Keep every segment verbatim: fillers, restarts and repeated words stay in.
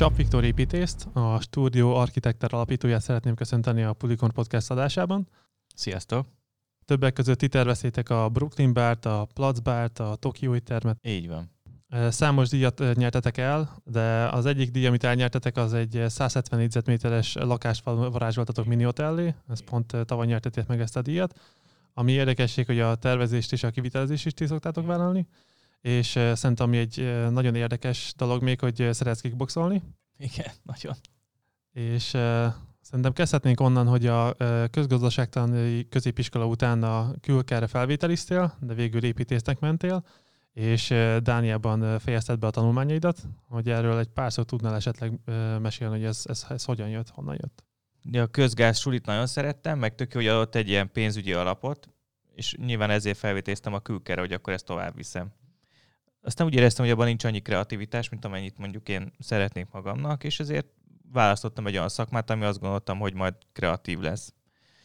Csap Viktor építészt, a Studio Architecter alapítóját szeretném köszönteni a Pulikon Podcast adásában. Sziasztok! Többek között ti terveztétek a Brooklyn Bart, a Platz Bart, a Tokiói termet. Így van. Számos díjat nyertetek el, de az egyik díj, amit elnyertetek, az egy száz hetven négyzetméteres lakást varázsoltatok mini hotellé. Ez pont tavaly nyertetek meg ezt a díjat. Ami érdekesség, hogy a tervezést és a kivitelezést is ti szoktátok vállalni. És szerintem ami egy nagyon érdekes dolog még, hogy szeretsz kickboxolni. Igen, nagyon. És uh, szerintem kezdhetnénk onnan, hogy a uh, közgazdaságtani középiskola után a külkerre felvételiztél, de végül építésznek mentél, és uh, Dániában uh, fejezted be a tanulmányaidat, hogy erről egy pár szót tudnál esetleg uh, mesélni, hogy ez, ez, ez hogyan jött, honnan jött. De a közgáz sulit nagyon szerettem, meg tök jó, hogy adott egy ilyen pénzügyi alapot, és nyilván ezért felvételiztem a külkerre, hogy akkor ezt tovább viszem. Aztán úgy éreztem, hogy abban nincs annyi kreativitás, mint amennyit mondjuk én szeretnék magamnak, és ezért választottam egy olyan szakmát, ami azt gondoltam, hogy majd kreatív lesz.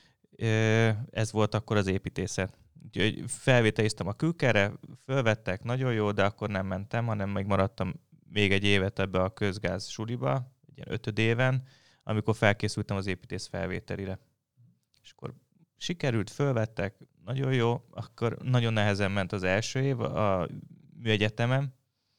Ez volt akkor az építészet. Úgyhogy felvételiztem a külkerre, fölvettek, nagyon jó, de akkor nem mentem, hanem még maradtam még egy évet ebbe a közgáz suliba, egy ilyen ötöd éven, amikor felkészültem az építész felvételire. És akkor sikerült, fölvettek, nagyon jó, akkor nagyon nehezen ment az első év a műegyetemen,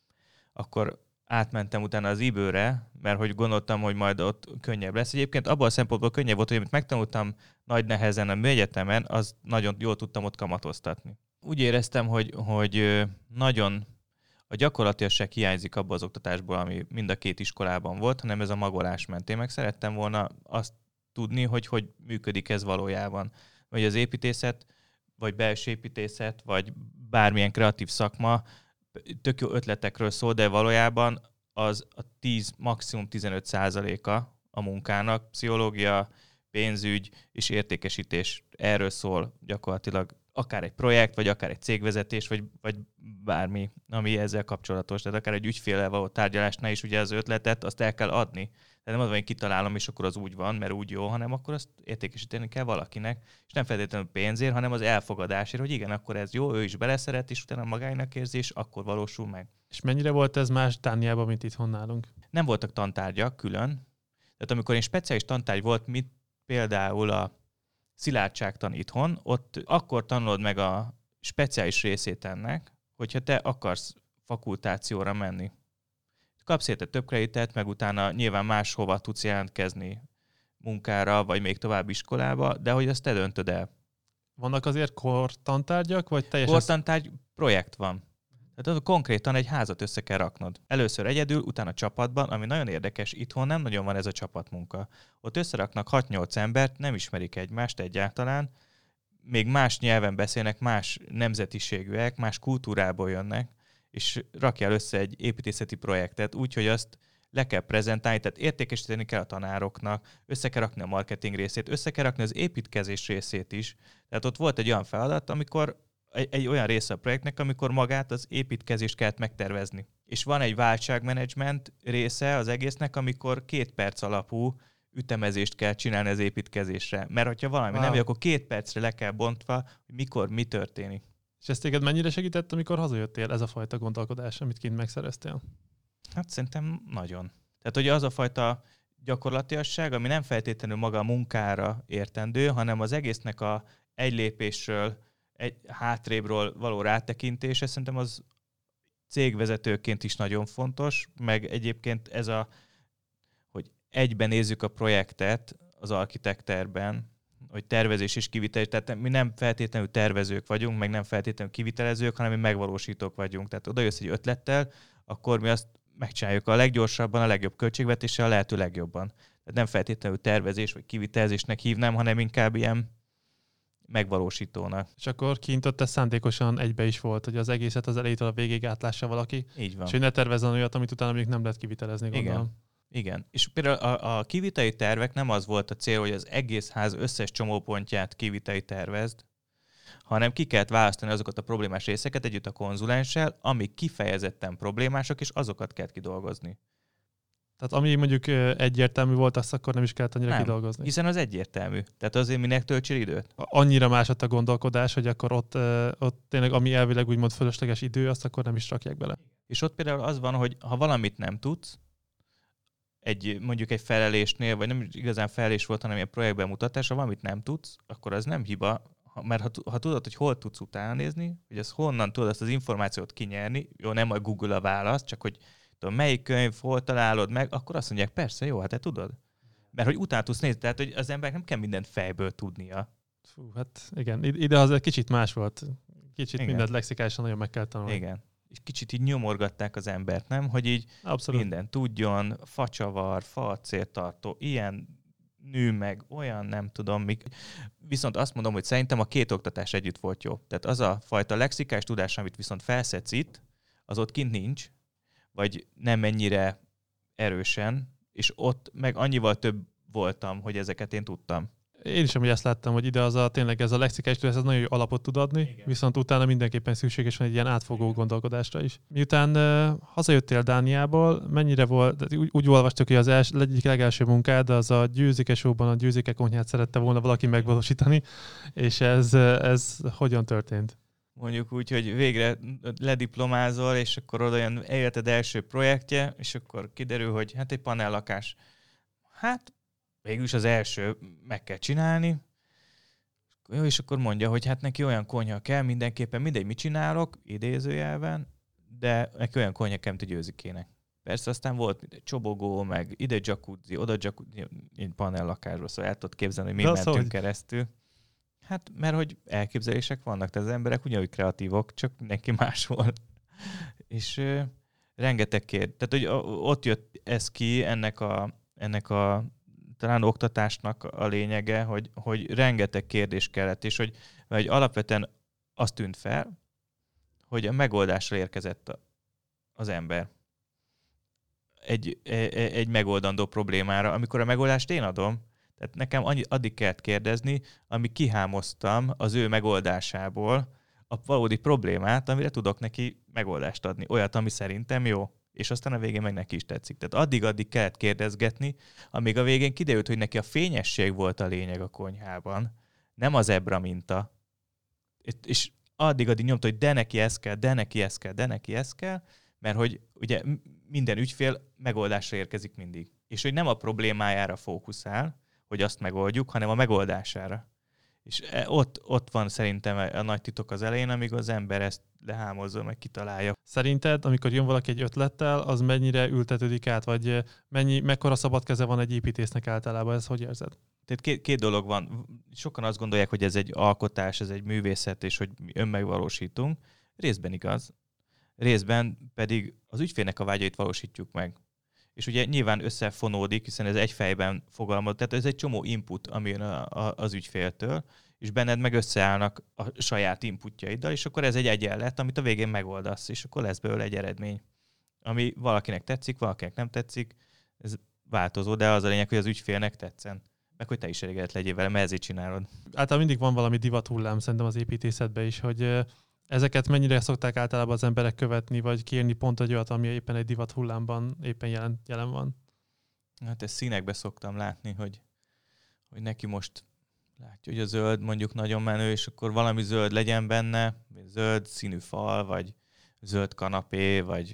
akkor átmentem utána az IBÖ-re, mert hogy gondoltam, hogy majd ott könnyebb lesz. Egyébként abban a szempontból könnyebb volt, hogy amit megtanultam nagy nehezen a műegyetemen, az nagyon jól tudtam ott kamatoztatni. Úgy éreztem, hogy, hogy nagyon a gyakorlatilasság hiányzik abban az oktatásból, ami mind a két iskolában volt, hanem ez a magolás ment. Én meg szerettem volna azt tudni, hogy hogy működik ez valójában. Vagy az építészet, vagy belső építészet, vagy bármilyen kreatív szakma tök jó ötletekről szól, de valójában az a tíz, maximum tizenöt százaléka a munkának, pszichológia, pénzügy és értékesítés erről szól gyakorlatilag akár egy projekt, vagy akár egy cégvezetés, vagy, vagy bármi, ami ezzel kapcsolatos. Tehát akár egy ügyféllel való tárgyalásnál is ugye az ötletet, azt el kell adni. Tehát nem az, hogy én kitalálom, és akkor az úgy van, mert úgy jó, hanem akkor azt értékesíteni kell valakinek, és nem feltétlenül pénzért, hanem az elfogadásért, hogy igen, akkor ez jó, ő is beleszeret, és utána magának érzi, és akkor valósul meg. És mennyire volt ez más Dániában, mint itthon nálunk? Nem voltak tantárgyak külön. Tehát amikor én speciális tantárgy volt, mint például a szilárdságtan itthon, ott akkor tanulod meg a speciális részét ennek, hogyha te akarsz fakultációra menni. Kapsz érte több kreditet, meg utána nyilván máshova tudsz jelentkezni munkára, vagy még tovább iskolába, de hogy azt te döntöd el. Vannak azért kortantárgyak, vagy teljesen... Kortantárgy projekt van. Tehát konkrétan egy házat össze kell raknod. Először egyedül, utána csapatban, ami nagyon érdekes, itthon nem nagyon van ez a csapatmunka. Ott összeraknak hat-nyolc embert, nem ismerik egymást egyáltalán, még más nyelven beszélnek, más nemzetiségűek, más kultúrából jönnek, és rakjál össze egy építészeti projektet úgy, hogy azt le kell prezentálni, tehát értékesíteni kell a tanároknak, össze kell rakni a marketing részét, össze kell rakni az építkezés részét is. Tehát ott volt egy olyan feladat, amikor egy, egy olyan része a projektnek, amikor magát az építkezést kellett megtervezni. És van egy váltságmenedzsment része az egésznek, amikor két perc alapú ütemezést kell csinálni az építkezésre. Mert hogyha valami wow. nem jó, akkor két percre le kell bontva, hogy mikor, mi történik. És ezt téged mennyire segített, amikor hazajöttél, ez a fajta gondolkodás, amit kint megszereztél? Hát szerintem nagyon. Tehát ugye az a fajta gyakorlatiasság, ami nem feltétlenül maga a munkára értendő, hanem az egésznek a egy lépésről, egy hátrébről való rátekintése, szerintem az cégvezetőként is nagyon fontos, meg egyébként ez a, hogy egyben nézzük a projektet az architekterben, hogy tervezés és kivitelezés, tehát mi nem feltétlenül tervezők vagyunk, meg nem feltétlenül kivitelezők, hanem mi megvalósítók vagyunk. Tehát oda jössz egy ötlettel, akkor mi azt megcsináljuk a leggyorsabban, a legjobb költségvetéssel, a lehető legjobban. Tehát nem feltétlenül tervezés vagy kivitelezésnek hívnám, hanem inkább ilyen megvalósítónak. És akkor kint ott ez szándékosan egybe is volt, hogy az egészet az elejétől a végéig átlássa valaki. Így van. És hogy ne tervezzen olyat, amit utána még nem lehet kivitelezni, gondolom. Igen. Igen. És például a, a kiviteli tervek nem az volt a cél, hogy az egész ház összes csomópontját kiviteli tervezd, hanem ki kellett választani azokat a problémás részeket együtt a konzulenssel, amik kifejezetten problémások, és azokat kellett kidolgozni. Tehát ami mondjuk egyértelmű volt, azt akkor nem is kellett annyira nem, kidolgozni. Hiszen az egyértelmű. Tehát azért minek töltsél időt? Annyira más a gondolkodás, hogy akkor ott, ott tényleg ami elvileg úgymond fölösleges idő, azt akkor nem is rakják bele. És ott például az van, hogy ha valamit nem tudsz, egy, mondjuk egy felelésnél, vagy nem igazán felelés volt, hanem egy projektbemutatásra, valamit nem tudsz, akkor az nem hiba, mert ha, ha tudod, hogy hol tudsz utána nézni, hogy az honnan tudod ezt az információt kinyerni, jó, nem a Google a válasz, csak hogy tudom, melyik könyv, hol találod meg, akkor azt mondják, persze, jó, hát te tudod. Mert hogy utána tudsz nézni, tehát hogy az embernek nem kell mindent fejből tudnia. Fú, hát igen, ide az egy kicsit más volt. Kicsit igen. Mindent lexikálisan nagyon meg kell tanulni. Igen. És kicsit így nyomorgatták az embert, nem? Hogy így abszolút minden tudjon, facsavar, faacéltartó, ilyen nő meg, olyan nem tudom mik. Viszont azt mondom, hogy szerintem a két oktatás együtt volt jó. Tehát az a fajta lexikás tudás, amit viszont felszedsz itt, az ott kint nincs, vagy nem ennyire erősen, és ott meg annyival több voltam, hogy ezeket én tudtam. Én is amúgy ezt láttam, hogy ide az a, tényleg ez a lexikális tudás, ez nagyon jó alapot tud adni, igen. Viszont utána mindenképpen szükséges van egy ilyen átfogó igen. gondolkodásra is. Miután uh, hazajöttél Dániából, mennyire volt, úgy, úgy olvastuk, hogy az els, egyik legelső munkád az a Győzike Show-ban a Győzike konyhát szerette volna valaki megvalósítani, és ez, ez hogyan történt? Mondjuk úgy, hogy végre lediplomázol, és akkor oda jön életed első projektje, és akkor kiderül, hogy hát egy panellakás. Hát végülis az első meg kell csinálni. Jó, és akkor mondja, hogy hát neki olyan konyha kell, mindenképpen mindegy, mit csinálok, idézőjelben, de neki olyan konyha kell, mint a Győzikének. Persze aztán volt egy csobogó, meg ide jacuzzi, oda jacuzzi, egy panellakásról, szóval el tudod képzelni, hogy mi mentünk szóval, keresztül. Hát, mert hogy elképzelések vannak, tehát az emberek ugyanúgy kreatívok, csak mindenki más volt. És uh, rengeteg kérdés. Tehát, hogy ott jött ez ki, ennek a, ennek a talán oktatásnak a lényege, hogy, hogy rengeteg kérdés kellett, és hogy, hogy alapvetően azt tűnt fel, hogy a megoldásra érkezett az ember. Egy, egy megoldandó problémára, amikor a megoldást én adom. Tehát nekem annyi, addig kellett kérdezni, amíg kihámoztam az ő megoldásából a valódi problémát, amire tudok neki megoldást adni. Olyat, ami szerintem jó. És aztán a végén meg neki is tetszik. Tehát addig-addig kellett kérdezgetni, amíg a végén kiderült, hogy neki a fényesség volt a lényeg a konyhában, nem az ebra minta. És addig-addig nyomta, hogy de neki ez kell, de neki ez kell, de neki ez kell, mert hogy ugye minden ügyfél megoldásra érkezik mindig. És hogy nem a problémájára fókuszál, hogy azt megoldjuk, hanem a megoldására. És ott, ott van szerintem a nagy titok az elején, amíg az ember ezt lehámozza, meg kitalálja. Szerinted, amikor jön valaki egy ötlettel, az mennyire ültetődik át, vagy mennyi, mekkora szabad keze van egy építésznek általában? Ez hogy érzed? Tehát két, két dolog van. Sokan azt gondolják, hogy ez egy alkotás, ez egy művészet, és hogy mi önmegvalósítunk. Részben igaz. Részben pedig az ügyfélnek a vágyait valósítjuk meg. És ugye nyilván összefonódik, hiszen ez egy fejben fogalmaz, tehát ez egy csomó input, ami jön a, a, az ügyféltől, és benned meg összeállnak a saját inputjaiddal, és akkor ez egy egyenlet, amit a végén megoldasz, és akkor lesz belőle egy eredmény, ami valakinek tetszik, valakinek nem tetszik, ez változó, de az a lényeg, hogy az ügyfélnek tetszen, meg hogy te is elégedett legyél vele, mert ezért csinálod. Általában mindig van valami divat hullám szerintem az építészetben is, hogy ezeket mennyire szokták általában az emberek követni, vagy kérni pont egy olyat, ami éppen egy divat hullámban éppen jelen, jelen van? Hát ezt színekbe szoktam látni, hogy, hogy neki most látja, hogy a zöld mondjuk nagyon menő, és akkor valami zöld legyen benne, zöld színű fal, vagy zöld kanapé, vagy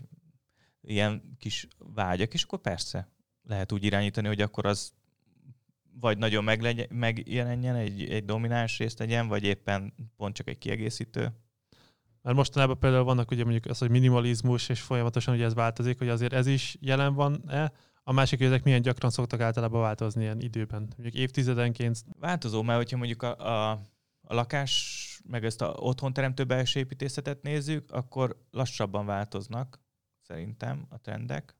ilyen kis vágyak, és akkor persze lehet úgy irányítani, hogy akkor az vagy nagyon meglegyen, megjelenjen, egy, egy domináns részt legyen, vagy éppen pont csak egy kiegészítő. Mert mostanában például vannak ugye mondjuk az, hogy minimalizmus, és folyamatosan ugye ez változik, hogy azért ez is jelen van-e. A másik, hogy ezek milyen gyakran szoktak általában változni ilyen időben? Mondjuk évtizedenként. Változó, mert hogyha mondjuk a, a, a lakás, meg ezt a otthonteremtő belső építészetet nézzük, akkor lassabban változnak szerintem a trendek.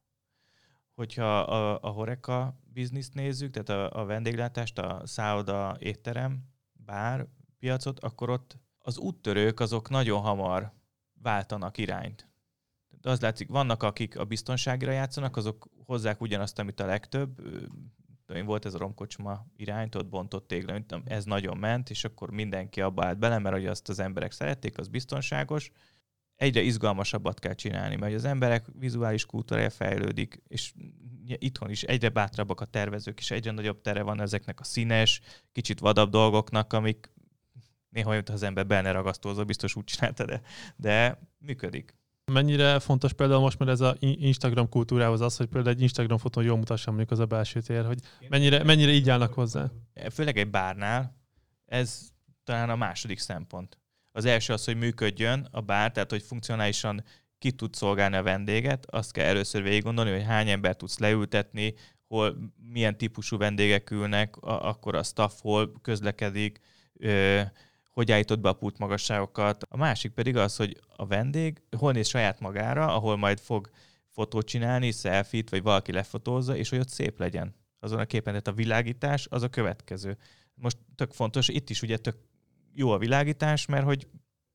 Hogyha a, a Horeca bizniszt nézzük, tehát a, a vendéglátást, a szálloda, étterem, bár piacot, akkor ott az úttörők azok nagyon hamar váltanak irányt. De az látszik, vannak, akik a biztonságra játszanak, azok hozzák ugyanazt, amit a legtöbb. Volt ez a romkocsma irányt, ott bontott tégla, ez nagyon ment, és akkor mindenki abba állt bele, mert hogy azt az emberek szerették, az biztonságos. Egyre izgalmasabbat kell csinálni, mert az emberek vizuális kultúrája fejlődik, és itthon is egyre bátrabbak a tervezők, és egyre nagyobb tere van ezeknek a színes, kicsit vadabb dolgoknak, amik néha, mint az ember benne ragasztózó, biztos úgy csinálta, de, de működik. Mennyire fontos például most már ez az Instagram kultúrához az, hogy például egy Instagram fotón jól mutassam mondjuk az a belső tér, hogy mennyire, mennyire így állnak hozzá? Főleg egy bárnál ez talán a második szempont. Az első az, hogy működjön a bár, tehát hogy funkcionálisan ki tud szolgálni a vendéget, azt kell először végig gondolni, hogy hány ember tudsz leültetni, hol milyen típusú vendégek ülnek, a, akkor a staff hol közlekedik, ö, hogy állítod be a pult magasságokat. A másik pedig az, hogy a vendég hol néz saját magára, ahol majd fog fotót csinálni, selfie-t, vagy valaki lefotózza, és hogy ott szép legyen. Azon a képen, tehát a világítás az a következő. Most tök fontos, itt is ugye tök jó a világítás, mert hogy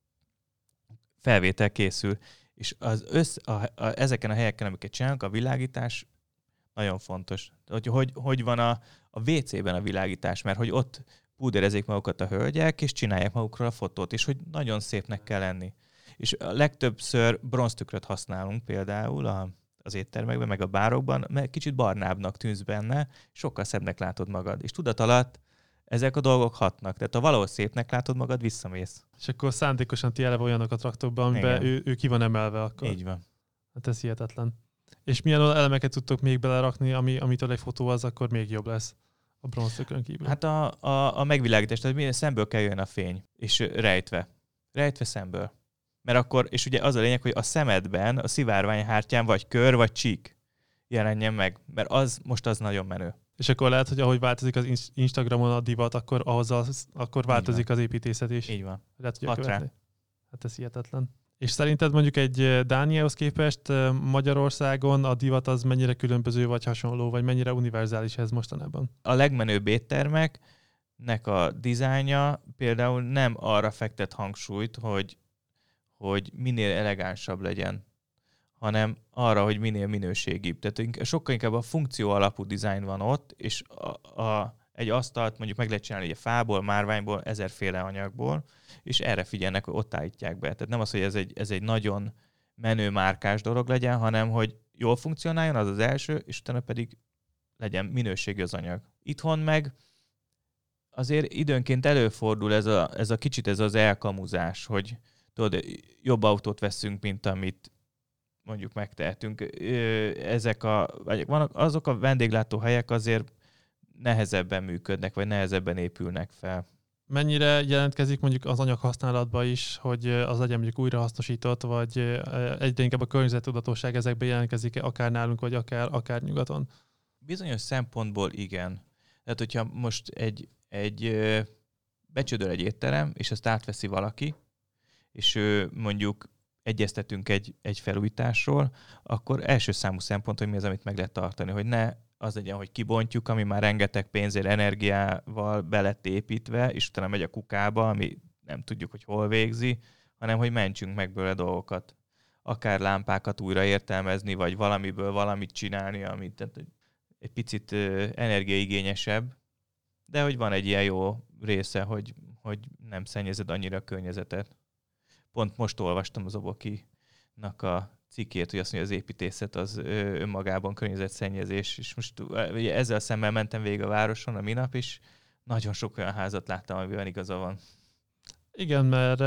felvétel készül. És az össz, a, a, ezeken a helyeken, amiket csinálunk, a világítás nagyon fontos. Hogy, hogy, hogy van a, a vé cében a világítás, mert hogy ott púderezik magukat a hölgyek, és csinálják magukról a fotót, és hogy nagyon szépnek kell lenni. És a legtöbbször bronztükröt használunk például a, az éttermekben, meg a bárokban, mert kicsit barnábbnak tűnsz benne, sokkal szebbnek látod magad. És tudat alatt ezek a dolgok hatnak. Tehát ha valahol szépnek látod magad, visszamész. És akkor szándékosan ti eleve olyanokat raktok be, amiben ő, ő ki van emelve akkor. Így van. Hát ez hihetetlen. És milyen elemeket tudtok még belerakni, ami, amitől egy fotó az akkor még jobb lesz a bronztökrön kívül? Hát a, a, a megvilágítás, tehát milyen szemből kell jön a fény, és rejtve. Rejtve szemből. Mert akkor, és ugye az a lényeg, hogy a szemedben, a szivárványhártyán vagy kör, vagy csík jelenjen meg, mert az most az nagyon menő. És akkor lehet, hogy ahogy változik az Instagramon a divat, akkor ahhoz az, akkor változik az építészet is. Így van. Lehet, hogy követni. Hát ez hihetetlen. És szerinted mondjuk egy Dánielhoz képest Magyarországon a divat az mennyire különböző vagy hasonló, vagy mennyire univerzális ez mostanában? A legmenőbb éttermeknek a dizájnja például nem arra fektet hangsúlyt, hogy, hogy minél elegánsabb legyen, hanem arra, hogy minél minőségibb. Tehát sokkal inkább a funkció alapú dizájn van ott, és a, a, egy asztalt mondjuk meg lehet csinálni ugye fából, márványból, ezerféle anyagból, és erre figyelnek, hogy ott állítják be. Tehát nem az, hogy ez egy, ez egy nagyon menő márkás dolog legyen, hanem hogy jól funkcionáljon, az az első, és utána pedig legyen minőségű az anyag. Itthon meg azért időnként előfordul ez a, ez a kicsit ez az elkamuzás, hogy tudod, jobb autót veszünk, mint amit mondjuk megtehetünk. Ezek a, vannak, azok a vendéglátóhelyek azért nehezebben működnek, vagy nehezebben épülnek fel. Mennyire jelentkezik mondjuk az anyaghasználatban is, hogy az legyen mondjuk újrahasznosított, vagy egyre inkább a környezettudatosság ezekben jelentkezik akár nálunk, vagy akár, akár nyugaton? Bizonyos szempontból igen. Tehát, hogyha most egy, egy becsődöl egy étterem, és ezt átveszi valaki, és mondjuk egyeztetünk egy, egy felújításról, akkor első számú szempont, hogy mi az, amit meg lehet tartani, hogy ne az legyen, hogy kibontjuk, ami már rengeteg pénzért, energiával be lett építve, és utána megy a kukába, ami nem tudjuk, hogy hol végzi, hanem hogy mentsünk meg belőle dolgokat. Akár lámpákat újra értelmezni, vagy valamiből valamit csinálni, amit tehát egy picit energiaigényesebb, de hogy van egy ilyen jó része, hogy, hogy nem szennyezed annyira a környezetet. Pont most olvastam az Obokinak a cikkét, hogy azt mondja, az építészet az önmagában környezetszennyezés, és most ugye, ezzel szemmel mentem végig a városon a minap, és nagyon sok olyan házat láttam, amiben igaza van. Igen, mert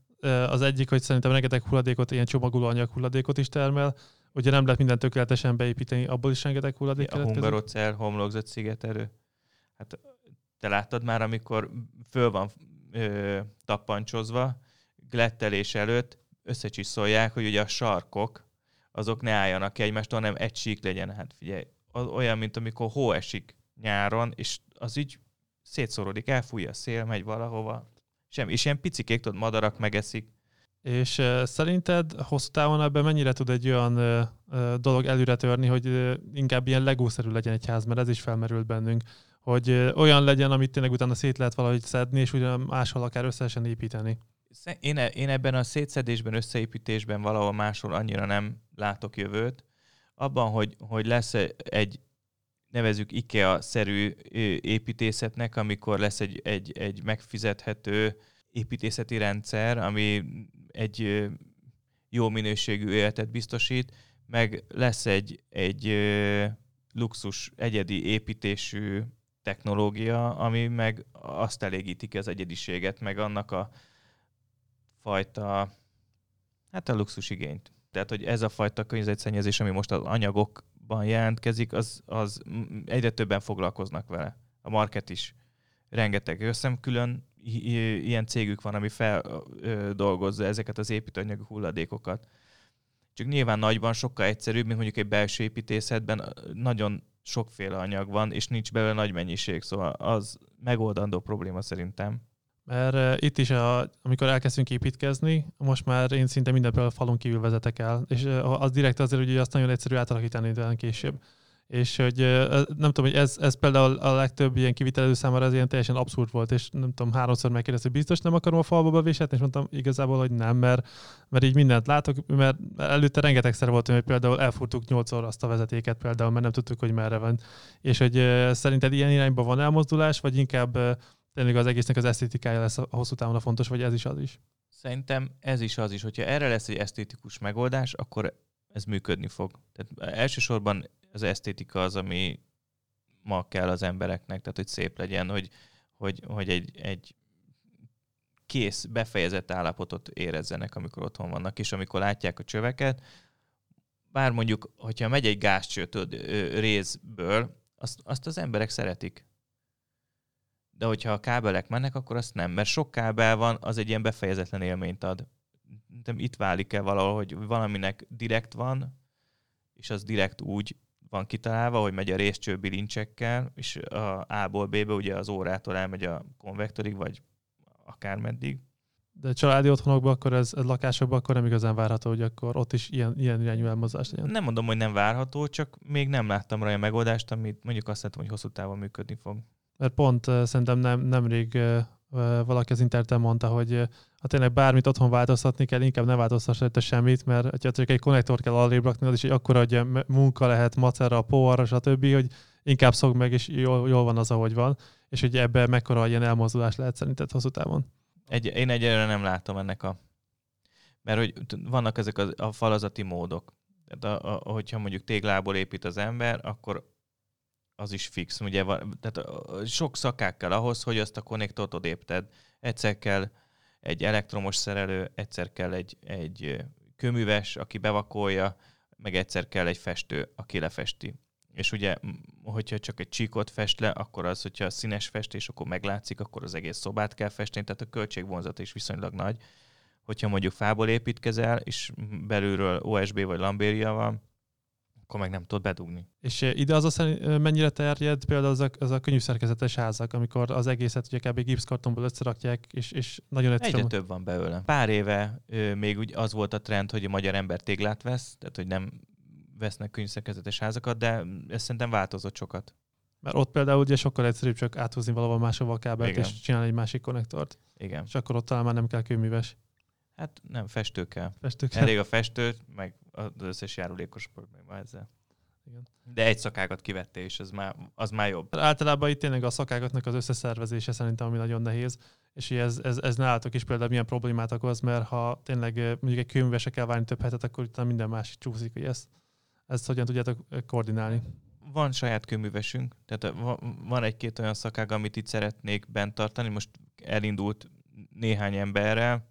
az egyik, hogy szerintem rengeteg hulladékot, ilyen csomagolóanyag hulladékot is termel, ugye nem lehet mindent tökéletesen beépíteni, abból is rengeteg hulladék A hungarocell, homlokzat szigetelő. Hát te láttad már, amikor föl van ö, tappancsozva, glettelés előtt összecsiszolják, hogy ugye a sarkok, azok ne álljanak ki egymástól, hanem egy sík legyen. Hát figyelj, olyan, mint amikor hó esik nyáron, és az így szétszóródik, elfújja a szél, megy valahova. Semmi. És ilyen picikék, tudod, madarak megeszik. És uh, szerinted hosszú távon ebben mennyire tud egy olyan uh, uh, dolog előre törni, hogy uh, inkább ilyen legószerű legyen egy ház, mert ez is felmerült bennünk, hogy uh, olyan legyen, amit tényleg utána szét lehet valahogy szedni, és ugyan máshol akár összesen építeni. Én, én ebben a szétszedésben, összeépítésben valahol máshol annyira nem látok jövőt. Abban, hogy, hogy lesz egy, nevezzük IKEA-szerű építészetnek, amikor lesz egy, egy, egy megfizethető építészeti rendszer, ami egy jó minőségű életet biztosít, meg lesz egy, egy luxus egyedi építésű technológia, ami meg azt elégíti ki az egyediséget, meg annak a fajta, hát a luxus igényt. Tehát, hogy ez a fajta környezetszennyezés, ami most az anyagokban jelentkezik, az, az egyre többen foglalkoznak vele. A market is rengeteg. Összem külön ilyen cégük van, ami feldolgozza ezeket az építőanyag hulladékokat. Csak nyilván nagyban sokkal egyszerűbb, mint mondjuk egy belső építészetben nagyon sokféle anyag van, és nincs belőle nagy mennyiség, szóval az megoldandó probléma szerintem. Mert uh, itt is, a, amikor elkezdünk építkezni, most már én szinte mindenből a falon kívül vezetek el, és uh, az direkt azért, hogy azt nagyon egyszerű átalakítani de később. És hogy uh, nem tudom, hogy ez, ez például a legtöbb ilyen kivitelező számára ez ilyen teljesen abszurd volt, és nem tudom, háromszor megkérdezte, hogy biztos nem akarom a falba bevéshetni, és mondtam igazából, hogy nem, mert, mert így mindent látok, mert előtte rengetegszer volt, hogy például elfúrtuk nyolcszor azt a vezetéket például, mert nem tudtuk, hogy merre van. És hogy uh, szerinted ilyen irányban van elmozdulás, vagy inkább uh, tényleg az egésznek az esztétikája lesz a hosszú távon a fontos, vagy ez is az is? Szerintem ez is az is. Hogyha erre lesz egy esztétikus megoldás, akkor ez működni fog. Tehát elsősorban az esztétika az, ami ma kell az embereknek, tehát hogy szép legyen, hogy, hogy, hogy egy, egy kész, befejezett állapotot érezzenek, amikor otthon vannak, és amikor látják a csöveket, bár mondjuk, hogyha megy egy gázcső részből, azt, azt az emberek szeretik. De hogyha a kábelek mennek, akkor azt nem, mert sok kábel van, az egy ilyen befejezetlen élményt ad. De itt válik el valahol, hogy valaminek direkt van, és az direkt úgy van kitalálva, hogy megy a részcső bilincsekkel, és a A-ból B-be ugye az órától elmegy a konvektorig, vagy akármeddig. De családi otthonokban, akkor ez, ez lakásokban akkor nem igazán várható, hogy akkor ott is ilyen, ilyen irányú elmozdulás legyen. Nem mondom, hogy nem várható, csak még nem láttam rá olyan megoldást, amit mondjuk azt látom, hogy hosszú távon működni fog. Mert pont uh, szerintem nem, nemrég uh, valaki az interneten mondta, hogy uh, ha tényleg bármit otthon változtatni kell, inkább ne változtass rajta semmit, mert ha csak egy konnektor kell arrébb rakni, az is egy akkora, hogy munka lehet, macera, poharra, stb., hogy inkább szokd meg, és jól, jól van az, ahogy van. És hogy ebben mekkora ilyen elmozdulás lehet szerinted hosszú távon? Egy, én egyelőre nem látom ennek a... Mert hogy vannak ezek a, a falazati módok. Tehát a, a, hogyha mondjuk téglából épít az ember, akkor az is fix. Ugye van, tehát sok szakák kell ahhoz, hogy azt a konnektort odépted. Egyszer kell egy elektromos szerelő, egyszer kell egy, egy kőműves, aki bevakolja, meg egyszer kell egy festő, aki lefesti. És ugye, hogyha csak egy csíkot fest le, akkor az, hogyha színes festés, akkor meglátszik, akkor az egész szobát kell festeni, tehát a költségvonzat is viszonylag nagy. Hogyha mondjuk fából építkezel, és belülről o es bé vagy lambéria van, akkor meg nem tudod bedugni. És ide az a mennyire terjed például az a, az a könnyű szerkezetes házak, amikor az egészet ugye kb. Gipszkartonból összerakják, és, és nagyon egyszerűen... Egyre több van belőle. Pár éve ö, még úgy az volt a trend, hogy a magyar ember téglát vesz, tehát hogy nem vesznek könnyű szerkezetes házakat, de ez szerintem változott sokat. Mert ott például ugye sokkal egyszerűbb csak áthozni valahol máshova a kábelt, igen, és csinálni egy másik konnektort. Igen. És akkor ott talán már nem kell kőműves. Hát nem, festő kell. Festő kell. Elég a festő, meg az összes járulékos probléma ezzel. Igen. De egy szakágat kivettél, és az már, az már jobb. Általában itt tényleg a szakágatnak az összeszervezése szerintem, ami nagyon nehéz, és ez, ez, ez nálatok is például milyen problémát okoz, mert ha tényleg mondjuk egy kőművesre kell várni több hetet, akkor utána minden más csúszik, hogy ezt, ezt hogyan tudjátok koordinálni. Van saját kőművesünk, tehát van egy-két olyan szakág, amit itt szeretnék bent tartani, most elindult néhány emberrel.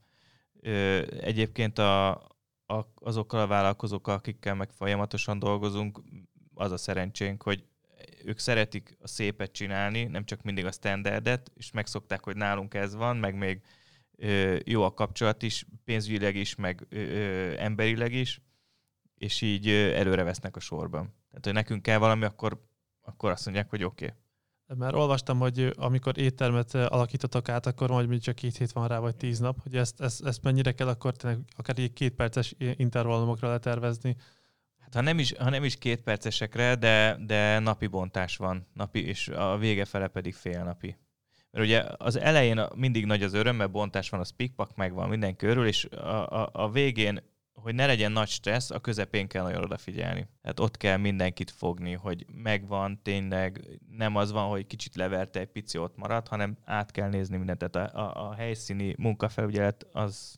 Egyébként a, a, azokkal a vállalkozókkal, akikkel meg folyamatosan dolgozunk, az a szerencsénk, hogy ők szeretik a szépet csinálni, nem csak mindig a standardet, és megszokták, hogy nálunk ez van, meg még ö, jó a kapcsolat is, pénzügyileg is, meg ö, ö, emberileg is, és így ö, előre vesznek a sorban. Tehát, hogy nekünk kell valami, akkor, akkor azt mondják, hogy oké. Okay. Mert olvastam, hogy amikor éttermet alakítottak át, akkor majd csak két hét van rá, vagy tíz nap, hogy ezt, ezt, ezt mennyire kell akkor tényleg akár így két perces intervallumokra letervezni. Hát ha nem is, ha nem is két percesekre, de, de napi bontás van, napi, és a vége fele pedig fél napi. Mert ugye az elején mindig nagy az öröm, mert bontás van, az pikpak megvan minden körül, és a, a, a végén, hogy ne legyen nagy stressz, a közepén kell nagyon odafigyelni. Hát ott kell mindenkit fogni, hogy megvan, tényleg nem az van, hogy kicsit leverte, egy pici ott marad, hanem át kell nézni mindent. Tehát a, a, a helyszíni munkafelügyelet az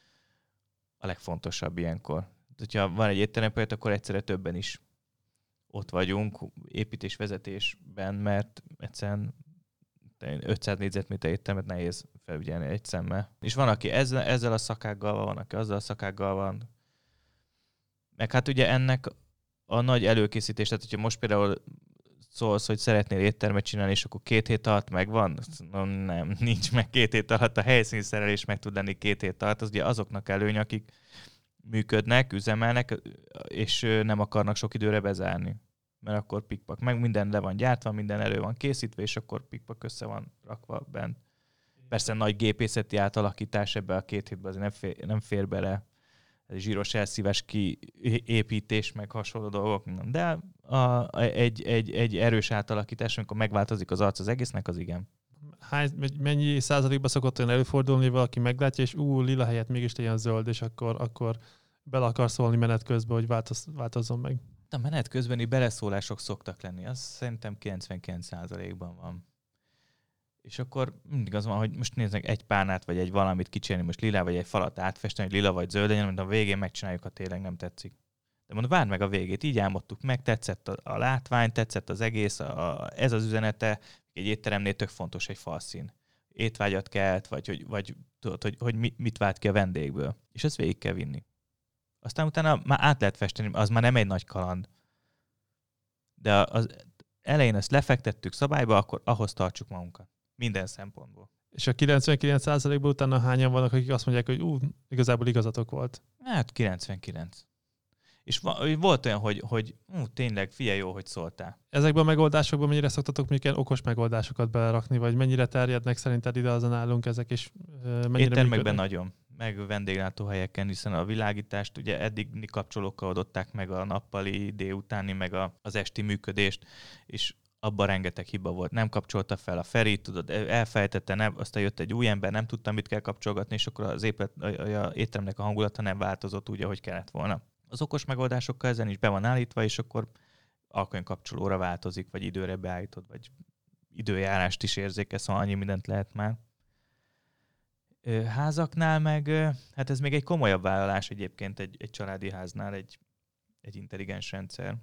a legfontosabb ilyenkor. Ha van egy étteremprojekt, akkor egyszerre többen is ott vagyunk építésvezetésben, mert egyszerűen ötszáz négyzetméter éttermet nehéz felügyelni egy szemmel. És van, aki ezzel, ezzel a szakággal van, van, aki azzal a szakággal van. Meg hát ugye ennek a nagy előkészítés, tehát hogyha most például szólsz, hogy szeretnél éttermet csinálni, és akkor két hét alatt megvan? No, nem, nincs meg két hét alatt. A helyszínszerelés meg tud lenni két hét alatt. Az ugye azoknak előny, akik működnek, üzemelnek, és nem akarnak sok időre bezárni. Mert akkor pikpak. Meg minden le van gyártva, minden elő van készítve, és akkor pikpak össze van rakva bent. Persze nagy gépészeti átalakítás ebbe a két hétben azért nem fér, nem fér bele. Zsíros elszíves kiépítés, meg hasonló dolgok. De a, egy, egy, egy erős átalakítás, amikor megváltozik az arc az egésznek, az igen. Hány, mennyi százalékban szokott olyan előfordulni, hogy valaki meglátja, és ú, lila helyett mégis legyen zöld, és akkor, akkor bele akar szólni menet közben, hogy változ, változzon meg. A menet közbeni beleszólások szoktak lenni. Az szerintem kilencvenkilenc százalékban van. És akkor mindig az van, hogy most nézzük egy párnát, vagy egy valamit kicserélni, most lila, vagy egy falat átfesteni, hogy lila vagy zöld legyen, mint a végén megcsináljuk, ha tényleg nem tetszik. De mondom, várd meg a végét, így álmodtuk meg, tetszett a, a látvány, tetszett az egész, a, a, ez az üzenete, egy étteremnél tök fontos egy falszín. Étvágyat kelt, vagy, hogy, vagy tudod, hogy, hogy mit vált ki a vendégből. És ezt végig kell vinni. Aztán utána már át lehet festeni, az már nem egy nagy kaland. De az elején ezt lefektettük szabályba, akkor ahhoz tartsuk magunkat. Minden szempontból. És a kilencvenkilenc százalékban utána hányan vannak, akik azt mondják, hogy ú, igazából igazatok volt? Hát kilencvenkilenc. És volt olyan, hogy, hogy ú, tényleg figyelj jó, hogy szóltál. Ezekben a megoldásokban mennyire szoktatok még ilyen okos megoldásokat belerakni, vagy mennyire terjednek szerinted ide az nálunk ezek, és mennyire éttermekben nagyon, meg vendéglátóhelyeken, hiszen a világítást ugye eddig kapcsolókkal adották meg a nappali, délutáni, meg a, az esti működést, és abban rengeteg hiba volt. Nem kapcsolta fel a Ferit, tudod, elfelejtette, nem, aztán jött egy új ember, nem tudta, mit kell kapcsolgatni, és akkor az épület, a, a, a étteremnek a hangulata nem változott úgy, ahogy kellett volna. Az okos megoldásokkal ezen is be van állítva, és akkor alkalomkapcsolóra változik, vagy időre beállítod, vagy időjárást is érzékelsz, szóval annyi mindent lehet már. Házaknál meg, hát ez még egy komolyabb vállalás egyébként egy, egy családi háznál, egy, egy intelligens rendszer.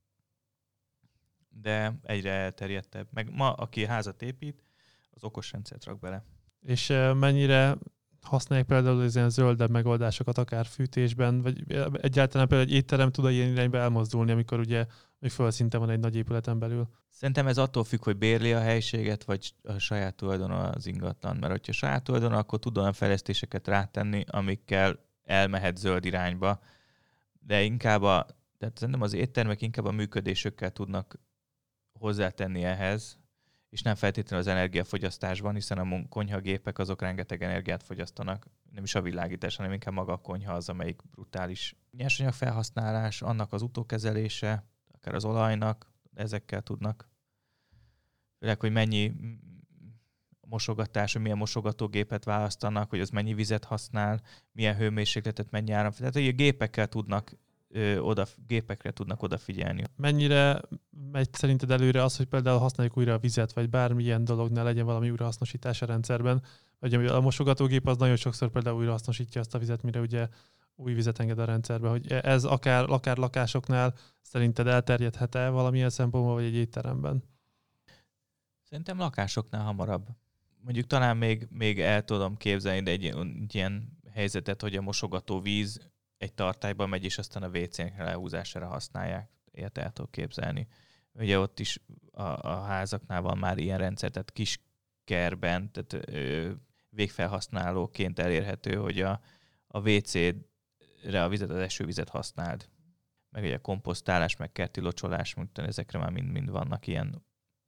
De egyre elterjedtebb. Meg ma, aki házat épít, az okos rendszert rak bele. És mennyire használják például az ilyen zöldebb megoldásokat, akár fűtésben, vagy egyáltalán például egy étterem tud ilyen irányba elmozdulni, amikor ugye még földszinten van egy nagy épületen belül? Szerintem ez attól függ, hogy bérli a helyiséget, vagy a saját tulajdona az ingatlan. Mert hogyha saját tulajdona, akkor tud olyan fejlesztéseket rátenni, amikkel elmehet zöld irányba. De inkább a, tehát szerintem az éttermek inkább a működésükkel tudnak hozzátenni ehhez, és nem feltétlenül az energiafogyasztásban, hiszen a konyhagépek azok rengeteg energiát fogyasztanak, nem is a világítás, hanem inkább maga a konyha az, amelyik brutális. Nyersanyag felhasználás, annak az utókezelése, akár az olajnak, ezekkel tudnak. Főleg, hogy mennyi mosogatás, hogy milyen mosogatógépet választanak, hogy az mennyi vizet használ, milyen hőmérsékletet, mennyi áram. Tehát, hogy a gépekkel tudnak Ö, oda, gépekre tudnak odafigyelni. Mennyire megy szerinted előre az, hogy például használjuk újra a vizet, vagy bármilyen dolognál legyen valami újrahasznosítás a rendszerben? Vagy a mosogatógép az nagyon sokszor például újrahasznosítja azt a vizet, mire ugye új vizet enged a rendszerbe. Hogy ez akár, akár lakásoknál szerinted elterjedhet-e valamilyen szempontból, vagy egy étteremben? Szerintem lakásoknál hamarabb. Mondjuk talán még, még el tudom képzelni, de egy, egy ilyen helyzetet, hogy a mosogató víz egy tartályba megy, és aztán a vé cé-nek lehúzására használják. Ilyet el tudok képzelni. Ugye ott is a, a házaknál van már ilyen rendszer, tehát kis kerben, tehát ö, végfelhasználóként elérhető, hogy a, a vé cé-re a vizet, az esővizet használd. Meg ugye komposztálás, meg kerti locsolás, ezekre már mind-mind vannak ilyen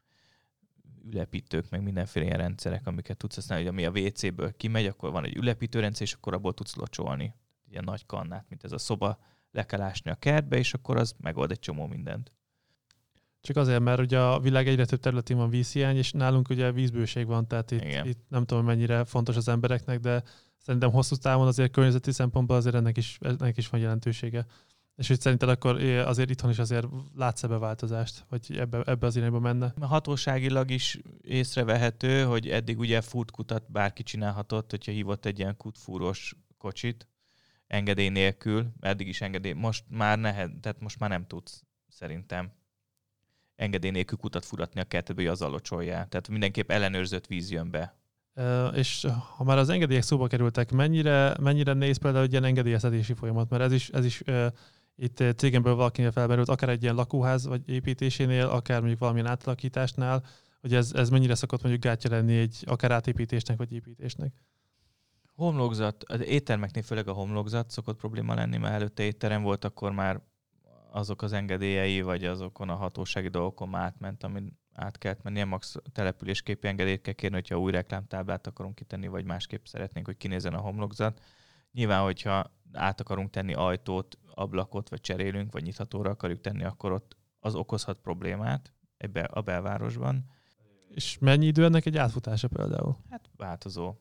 ülepítők, meg mindenféle ilyen rendszerek, amiket tudsz használni, hogy ami a vé cé-ből kimegy, akkor van egy ülepítőrendszer, és akkor abból tudsz locsolni. Ilyen nagy kannát, mint ez a szoba, le kell ásni a kertbe, és akkor az megold egy csomó mindent. Csak azért, mert ugye a világ egyre több területén van vízhiány, és nálunk ugye vízbőség van, tehát itt, itt nem tudom, mennyire fontos az embereknek, de szerintem hosszú távon azért környezeti szempontból azért ennek is, ennek is van jelentősége. És hogy szerinted akkor azért itthon is azért látsz ebbe változást, hogy ebbe, ebbe az irányba menne? Hatóságilag is észrevehető, hogy eddig ugye foodkutat bárki csinálhatott, hogyha hívott egy ilyen kutfúros kocsit, engedély nélkül, eddig is engedély, most már nehez, tehát most már nem tudsz szerintem engedély nélkül kutat furatni a kertbe, hogy azzal locsoljál. Tehát mindenképp ellenőrzött víz jön be. E, és ha már az engedélyek szóba kerültek, mennyire, mennyire néz például egy ilyen engedélyeztetési folyamat? Mert ez is, ez is e, itt cégemből valakinél felmerült, akár egy ilyen lakóház vagy építésénél, akár mondjuk valamilyen átalakításnál, hogy ez, ez mennyire szokott mondjuk gátja lenni egy akár átépítésnek vagy építésnek. Homlokzat, az éttermeknél főleg a homlokzat szokott probléma lenni, mert előtte étterem volt, akkor már azok az engedélyei, vagy azokon a hatósági dolgokon már átment, amin át kellett menni. Max településképi engedélyt kell kérni, hogyha új reklámtáblát akarunk kitenni, vagy másképp szeretnénk, hogy kinézzen a homlokzat. Nyilván, hogyha át akarunk tenni ajtót, ablakot, vagy cserélünk, vagy nyithatóra akarjuk tenni, akkor ott az okozhat problémát ebbe a belvárosban. És mennyi idő ennek egy átfutása például? Hát változó.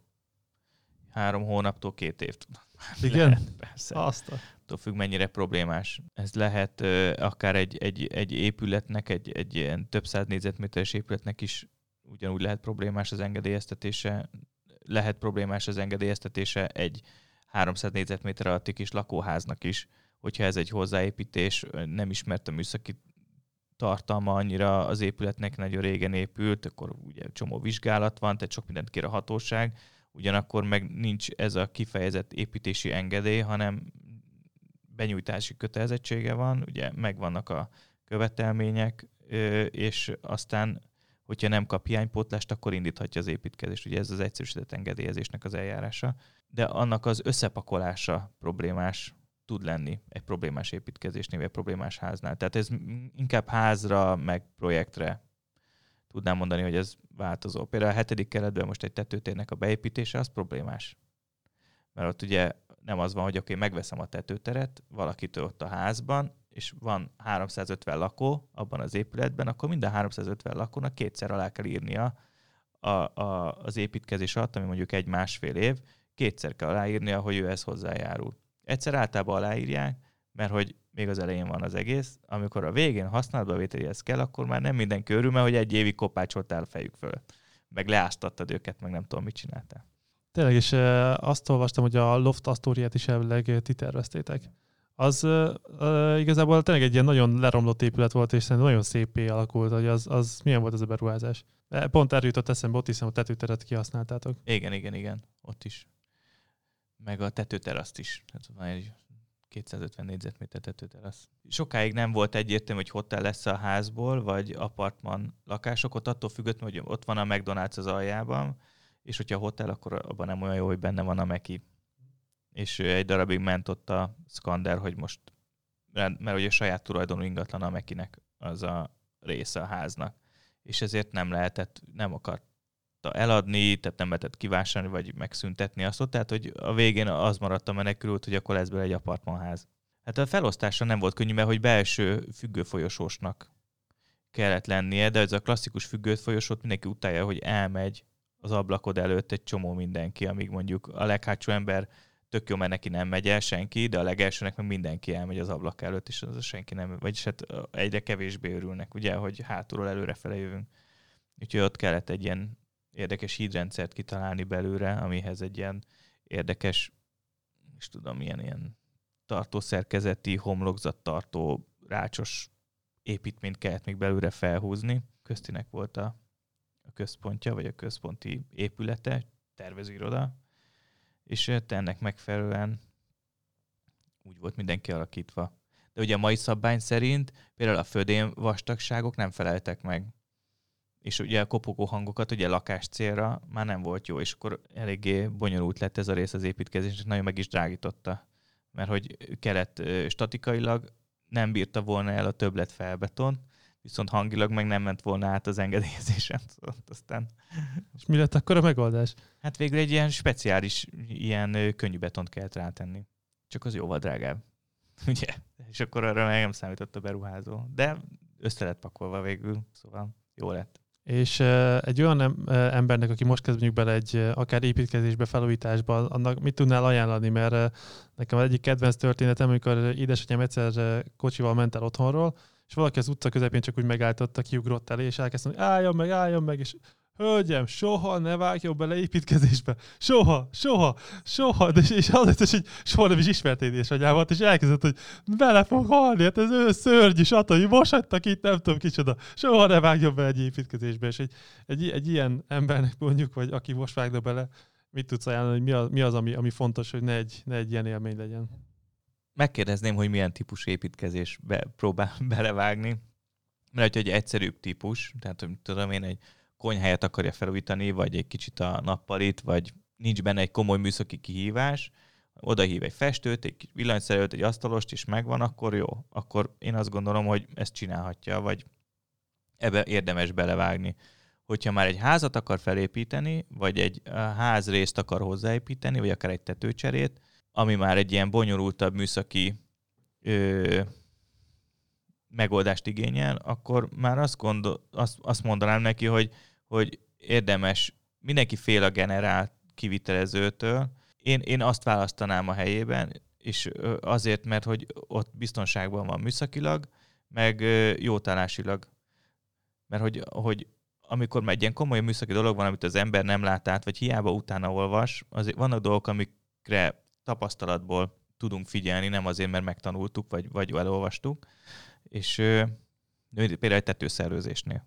Három hónaptól két év. Igen? Lehet, persze. Azt a... Attól függ, mennyire problémás. Ez lehet uh, akár egy, egy, egy épületnek, egy, egy ilyen több száz négyzetméteres épületnek is ugyanúgy lehet problémás az engedélyeztetése. Lehet problémás az engedélyeztetése egy háromszáz négyzetméter alatti kis lakóháznak is, hogyha ez egy hozzáépítés, nem ismert a műszaki tartalma annyira az épületnek, nagyon régen épült, akkor ugye csomó vizsgálat van, tehát sok mindent kér a hatóság, ugyanakkor meg nincs ez a kifejezett építési engedély, hanem benyújtási kötelezettsége van, ugye megvannak a követelmények, és aztán, hogyha nem kap hiánypótlást, akkor indíthatja az építkezést. Ugye ez az egyszerűsített engedélyezésnek az eljárása. De annak az összepakolása problémás tud lenni egy problémás építkezésnél, vagy egy problémás háznál. Tehát ez inkább házra, meg projektre tudnám mondani, hogy ez változó. Például a hetedik keletben most egy tetőtérnek a beépítése, az problémás. Mert ott ugye nem az van, hogy oké, okay, megveszem a tetőteret valakitől ott a házban, és van háromszázötven lakó abban az épületben, akkor minden háromszázötven lakónak kétszer alá kell írnia a, a, az építkezés alatt, ami mondjuk egy-másfél év, kétszer kell aláírnia, hogy ő ez hozzájárul. Egyszer általában aláírják, mert hogy még az elején van az egész, amikor a végén használatba vételéhez kell, akkor már nem mindenki örül, mert hogy egy évig kopácsoltál a fejük fölött. Meg leáztattad őket, meg nem tudom, mit csináltál. Tényleg, és azt olvastam, hogy a Loft Astoriát is elvileg ti terveztétek. Az uh, uh, igazából tényleg egy ilyen nagyon leromlott épület volt, és szerintem nagyon szépé alakult, hogy az, az milyen volt ez a beruházás. Pont erről jutott eszembe, ott hiszem, a tetőteret kihasználtátok. Igen, igen, igen, ott is. Meg a tetőteraszt is. Tehát van egy kétszázötven négyzetméter tetőterasz. Sokáig nem volt egyértelmű, hogy hotel lesz a házból, vagy apartman lakások, ott attól függött, hogy ott van a McDonald's az aljában, és hogyha a hotel, akkor abban nem olyan jó, hogy benne van a Meki. És egy darabig ment ott a szkander, hogy most, mert ugye a saját tulajdonú ingatlan a Mekinek az a része a háznak. És ezért nem lehetett, nem akarta eladni, tehát nem lehetett kivásárolni, vagy megszüntetni azt ott. Tehát, hogy a végén az maradt a menekült, hogy akkor lesz belőle egy apartmanház. Hát a felosztása nem volt könnyű, mert hogy belső függőfolyosósnak kellett lennie, de ez a klasszikus függőfolyosót mindenki utálja, hogy elmegy az ablakod előtt egy csomó mindenki, amíg mondjuk a leghátsó ember tök jó, mert neki nem megy el senki, de a legelsőnek meg mindenki elmegy az ablak előtt, és az senki nem, vagyis hát egyre kevésbé örülnek, ugye, hogy hátulról előrefele jövünk. Úgyhogy ott kellett egy ilyen érdekes hídrendszert kitalálni belőle, amihez egy ilyen érdekes, és tudom, ilyen, ilyen tartószerkezeti, homlokzattartó, rácsos építményt kellett még belőle felhúzni. Köztinek volt a, a központja, vagy a központi épülete, tervezőiroda, és ennek megfelelően úgy volt mindenki alakítva. De ugye a mai szabvány szerint például a födém vastagságok nem feleltek meg. És ugye a kopogó hangokat ugye lakás célra már nem volt jó, és akkor eléggé bonyolult lett ez a rész az építkezés, és nagyon meg is drágította. Mert hogy kellett statikailag nem bírta volna el a többlet felbetont, viszont hangilag meg nem ment volna át az engedélyezésen. Aztán... És mi lett akkor a megoldás? Hát végül egy ilyen speciális, ilyen könnyű betont kellett rátenni. Csak az jóval drágább. Ugye? És akkor arra meg nem számított a beruházó. De össze lett pakolva végül, szóval jó lett. És uh, egy olyan em- embernek, aki most kezd mondjuk bele egy uh, akár építkezésbe, felújításba, annak mit tudnál ajánlani? Mert uh, nekem az egyik kedvenc történetem, amikor édesanyám egyszer uh, kocsival ment el otthonról, és valaki az utca közepén csak úgy megálltotta, kiugrott elé, és elkezdte mondani, álljon meg, álljon meg, és hölgyem, soha ne vágjon bele építkezésbe. Soha, soha, soha. De, és az lesz, hogy soha nem is ismert édesanyámat, és elkezdett, hogy bele fog halni, hát ez ő szörnyű, stb. Moshattak itt, nem tudom kicsoda. Soha ne vágjon bele egy építkezésbe. És egy, egy, egy ilyen embernek mondjuk, vagy aki most vágna bele, mit tudsz ajánlani, hogy mi az, mi az ami, ami fontos, hogy ne egy, ne egy ilyen élmény legyen? megkérdezném, hogy milyen típusú építkezésbe próbál belevágni. Mert hogy egy egyszerűbb típus, tehát hogy tudom én, egy konyháját akarja felújítani, vagy egy kicsit a nappalit, vagy nincs benne egy komoly műszaki kihívás, oda hív egy festőt, egy villanyszerelőt, egy asztalost, és megvan, akkor jó. Akkor én azt gondolom, hogy ezt csinálhatja, vagy ebbe érdemes belevágni. Hogyha már egy házat akar felépíteni, vagy egy házrészt akar hozzáépíteni, vagy akár egy tetőcserét, ami már egy ilyen bonyolultabb műszaki ö, megoldást igényel, akkor már azt, gondol, azt, azt mondanám neki, hogy, hogy érdemes, mindenki fél a generált kivitelezőtől. Én, én azt választanám a helyében, és azért, mert hogy ott biztonságban van műszakilag, meg jótállásilag. Mert hogy, hogy amikor már egy ilyen komoly műszaki dolog van, amit az ember nem lát át, vagy hiába utána olvas, azért vannak dolgok, amikre tapasztalatból tudunk figyelni, nem azért, mert megtanultuk, vagy, vagy elolvastuk. És ö, például egy tetőszervezésnél.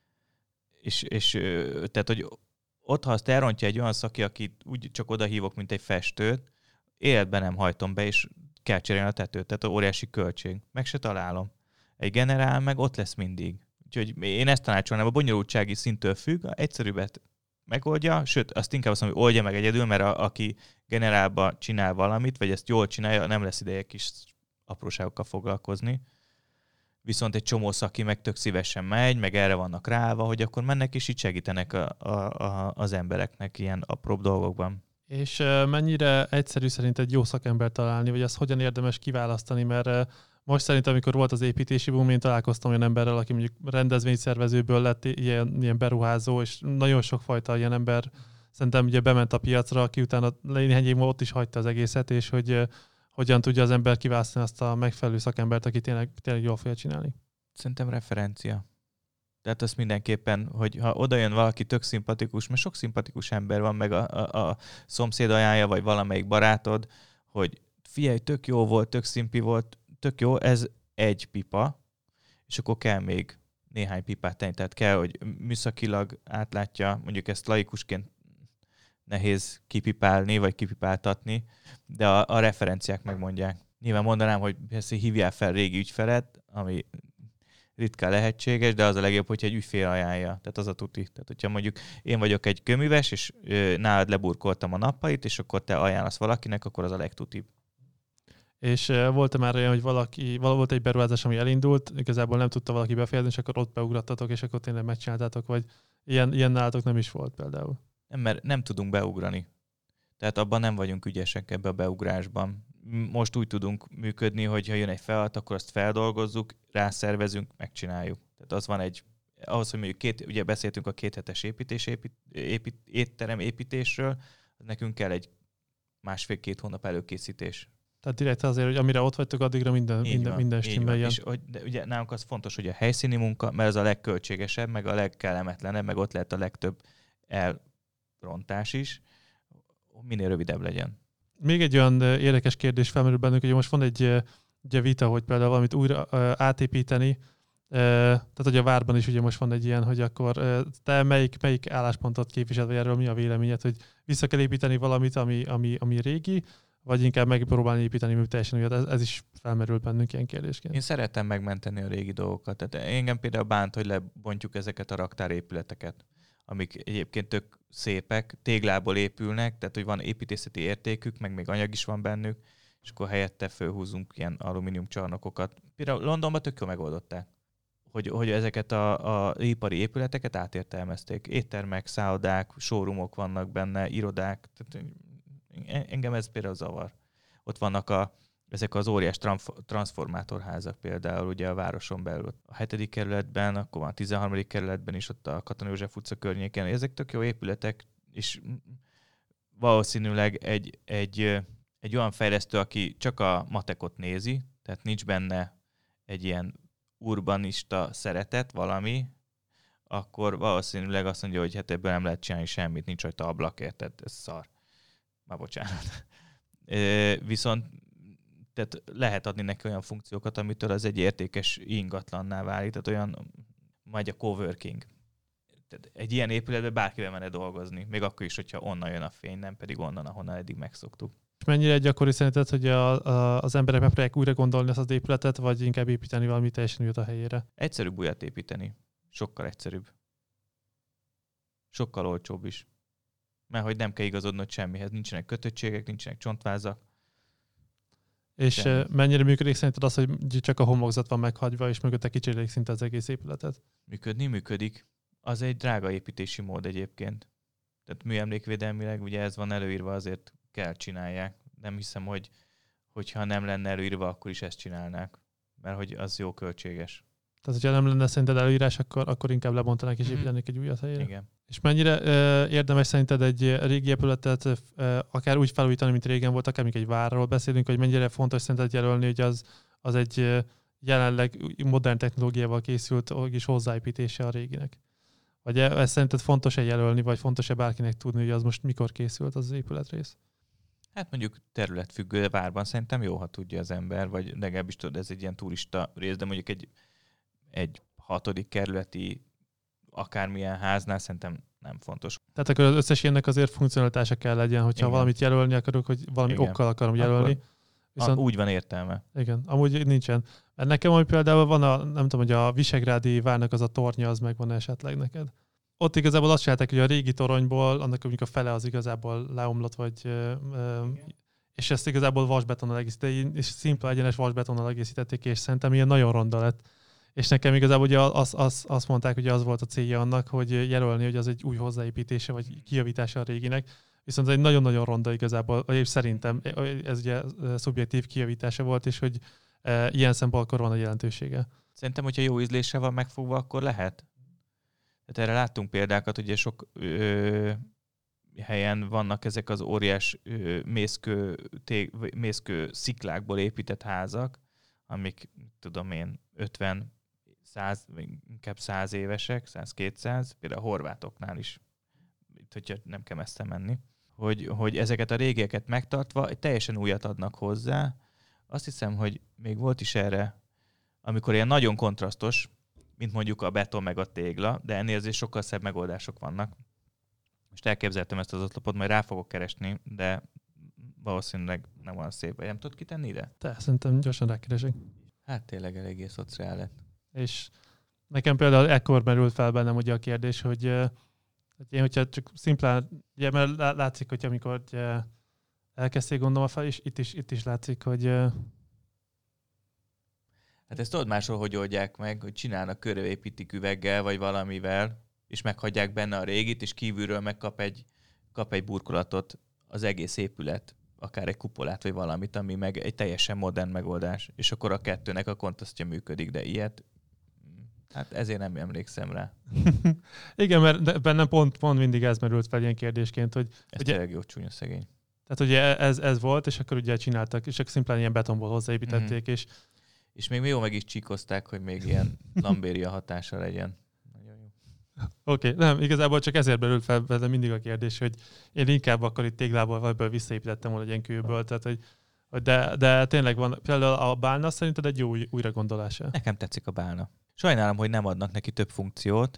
És, és ö, tehát, hogy ott, ha azt elrontja egy olyan szaki, akit úgy csak oda hívok, mint egy festőt, életben nem hajtom be, és kell cserélni a tetőt, tehát óriási költség. Meg se találom. Egy generál meg ott lesz mindig. Úgyhogy én ezt tanácsolnám, a bonyolultsági szinttől függ, egyszerűbbet megoldja, sőt, azt inkább azt mondom, hogy oldja meg egyedül, mert a, aki generálba csinál valamit, vagy ezt jól csinálja, nem lesz ideje kis apróságokkal foglalkozni. Viszont egy csomó szaki meg tök szívesen megy, meg erre vannak ráva, hogy akkor mennek és így segítenek a, a, a, az embereknek ilyen apróbb dolgokban. És mennyire egyszerű szerint egy jó szakember találni, vagy ezt hogyan érdemes kiválasztani, mert most szerintem, amikor volt az építési boom, én találkoztam olyan emberrel, aki mondjuk rendezvényszervezőből lett ilyen, ilyen beruházó, és nagyon sokfajta ilyen ember szerintem ugye bement a piacra, aki utána néhány év ott is hagyta az egészet, és hogy hogyan tudja az ember kiválasztani azt a megfelelő szakembert, aki tényleg, tényleg jól fogja csinálni. Szerintem referencia. Tehát azt mindenképpen, hogy ha oda jön valaki tök szimpatikus, mert sok szimpatikus ember van, meg a, a, a szomszéd ajánlja, vagy valamelyik barátod, hogy figyelj, tök jó volt, tök szimpi volt, tök jó, ez egy pipa, és akkor kell még néhány pipát tenni. Tehát kell, hogy műszakilag átlátja, mondjuk ezt laikusként nehéz kipipálni, vagy kipipáltatni, de a, a referenciák megmondják. Nyilván mondanám, hogy hívjál fel régi ügyfelet, ami ritkán lehetséges, de az a legjobb, hogyha egy ügyfél ajánlja. Tehát az a tuti. Tehát, hogyha mondjuk én vagyok egy köműves, és nálad leburkoltam a nappait, és akkor te ajánlasz valakinek, akkor az a legtutibb. És volt-e már olyan, hogy valaki, volt egy beruházás, ami elindult, igazából nem tudta valaki befejezni, és akkor ott beugrattatok, és akkor tényleg megcsináltátok, vagy ilyen, ilyen nálatok nem is volt például? Nem, mert nem tudunk beugrani. Tehát abban nem vagyunk ügyesek ebbe a beugrásban. Most úgy tudunk működni, hogy ha jön egy feladat, akkor azt feldolgozzuk, rászervezünk, megcsináljuk. Tehát az van egy, ahhoz, hogy mondjuk két, ugye beszéltünk a kéthetes építés, épít, épít, étterem építésről, nekünk kell egy másfél-két hónap előkészítés. Tehát direkt azért, hogy amire ott vagytok, addigra minden, minden, van, minden stimmeljen. És hogy, de ugye nálunk az fontos, hogy a helyszíni munka, mert az a legköltségesebb, meg a legkellemetlenebb, meg ott lehet a legtöbb elrontás is, minél rövidebb legyen. Még egy olyan érdekes kérdés felmerül bennünk, hogy most van egy ugye vita, hogy például valamit újra átépíteni, tehát hogy a várban is ugye most van egy ilyen, hogy akkor te melyik, melyik álláspontot képviseled, vagy erről mi a véleményed, hogy vissza kell építeni valamit, ami, ami, ami régi, vagy inkább megpróbálni építeni, mert teljesen újat. Ez, ez is felmerült bennünk ilyen kérdésként. Én szeretem megmenteni a régi dolgokat. Tehát engem például bánt, hogy lebontjuk ezeket a raktárépületeket, amik egyébként tök szépek, téglából épülnek, tehát hogy van építészeti értékük, meg még anyag is van bennük, és akkor helyette fölhúzunk ilyen alumínium csarnokokat. Például Londonban tök jól megoldották, hogy, hogy ezeket a, a ipari épületeket átértelmezték. Éttermek, szállodák, showroomok vannak benne, irodák. Tehát engem ez például zavar. Ott vannak a, ezek az óriás transformátorházak például ugye a városon belül. A hetedik kerületben, akkor van a tizenharmadik kerületben is, ott a Katona József utca környéken. Ezek tök jó épületek, és valószínűleg egy, egy, egy olyan fejlesztő, aki csak a matekot nézi, tehát nincs benne egy ilyen urbanista szeretet valami, akkor valószínűleg azt mondja, hogy hát ebből nem lehet csinálni semmit, nincs rajta ablak, érted? Ez szar. Már bocsánat. Viszont tehát lehet adni neki olyan funkciókat, amitől az egy értékes ingatlanná válik, tehát olyan, majd a coworking. Tehát egy ilyen épületben bárkivel menne dolgozni, még akkor is, hogyha onnan jön a fény, nem pedig onnan, ahonnan eddig megszoktuk. És mennyire gyakori szerinted, hogy a, a, az emberek megpróbálják újra gondolni azt az épületet, vagy inkább építeni valami teljesen újat a helyére? Egyszerűbb újat építeni. Sokkal egyszerűbb. Sokkal olcsóbb is. Mert hogy nem kell igazodnod semmihez. Nincsenek kötöttségek, nincsenek csontvázak. És Semmi. mennyire működik szerinted az, hogy csak a homlokzat van meghagyva, és mögötte kicsirélik szinte az egész épületet? Működni működik. Az egy drága építési mód egyébként. Tehát műemlékvédelmileg ugye ez van előírva, azért kell csinálják. Nem hiszem, hogy hogyha nem lenne előírva, akkor is ezt csinálnák. Mert hogy az jó költséges. Tehát, hogyha nem lenne szerinted előírás, akkor, akkor inkább lebontanák és Mhm. építenék egy újat helyére? Igen. És mennyire uh, érdemes szerinted egy régi épületet uh, akár úgy felújítani, mint régen volt, akár még egy várról beszélünk, hogy mennyire fontos szerinted jelölni, hogy az, az egy uh, jelenleg modern technológiával készült és hozzáépítése a réginek? Vagy ezt szerinted fontos-e jelölni, vagy fontos-e bárkinek tudni, hogy az most mikor készült az, az épületrész? Hát mondjuk területfüggő, de várban szerintem jó, ha tudja az ember, vagy legalábbis tudod, ez egy ilyen turista rész, de mondjuk egy, egy hatodik kerületi akármilyen háznál szerintem nem fontos. Tehát akkor az összes ilyennek azért funkcionalitása kell legyen, hogyha Igen. valamit jelölni akarok, hogy valami Igen. okkal akarom jelölni. Akkor Viszont, a, úgy van értelme. igen, amúgy nincsen. Mert nekem, hogy például van a, nem tudom, hogy a Visegrádi várnak az a tornya, az megvan esetleg neked. Ott igazából azt csinálták, hogy a régi toronyból, annak mondjuk a fele az igazából leomlott, vagy, ö, ö, és ezt igazából vasbetonnal egészítették, és szimpla egyenes vasbetonnal egészítették, és szerintem ilyen nagyon ronda lett. És nekem igazából ugye az, az, azt mondták, hogy az volt a célja annak, hogy jelölni, hogy az egy új hozzáépítése, vagy kijavítása a réginek. Viszont ez egy nagyon-nagyon ronda igazából, és szerintem ez ugye szubjektív kijavítása volt, és hogy e, ilyen szempontból van a jelentősége. Szerintem, hogyha jó ízléssel van megfogva, akkor lehet. Tehát erre láttunk példákat, ugye sok ö, helyen vannak ezek az óriás ö, mészkő, tég, mészkő sziklákból épített házak, amik, tudom én, ötven, száz, inkább száz évesek, száz-kétszáz, például a horvátoknál is, itt, hogyha nem kell messze menni, hogy, hogy ezeket a régieket megtartva egy teljesen újat adnak hozzá. Azt hiszem, hogy még volt is erre, amikor ilyen nagyon kontrasztos, mint mondjuk a beton meg a tégla, de ennél azért sokkal szebb megoldások vannak. Most elképzeltem ezt az oszlopot, majd rá fogok keresni, de valószínűleg nem olyan szép. Nem tudod kitenni ide? Te, szerintem gyorsan rákeresek. Hát tényleg eléggé szociál lett. És nekem például ekkor merült fel bennem ugye a kérdés, hogy, hogy én, hogyha csak szimplán, ugye, mert látszik, hogy amikor ugye, elkezdték gondolom fel, és itt is, itt is látszik, hogy hát ezt tudod máshol, hogy oldják meg, hogy csinálnak körbeépítik üveggel, vagy valamivel, és meghagyják benne a régit, és kívülről megkap egy, kap egy burkolatot az egész épület, akár egy kupolát, vagy valamit, ami meg egy teljesen modern megoldás, és akkor a kettőnek a kontrasztja működik, de ilyet, hát ezért nem emlékszem rá. Igen, mert bennem pont, pont mindig ez merült fel ilyen kérdésként, hogy Ez ugye, tényleg jó csúnya szegény. tehát ugye ez, ez volt, és akkor ugye csináltak, és csak szimplán ilyen betonból hozzáépítették, mm-hmm. és És még jó meg is csíkozták, hogy még ilyen lambéria hatása legyen. Nagyon jó. Oké, okay, nem, igazából csak ezért belült fel de mindig a kérdés, hogy én inkább akkor itt téglából vagy ebből visszaépítettem volna egy ilyen kőből, tehát hogy, hogy de, de tényleg van, például a bálna szerinted egy jó új, újragondolása. Nekem tetszik a bálna. Sajnálom, hogy nem adnak neki több funkciót.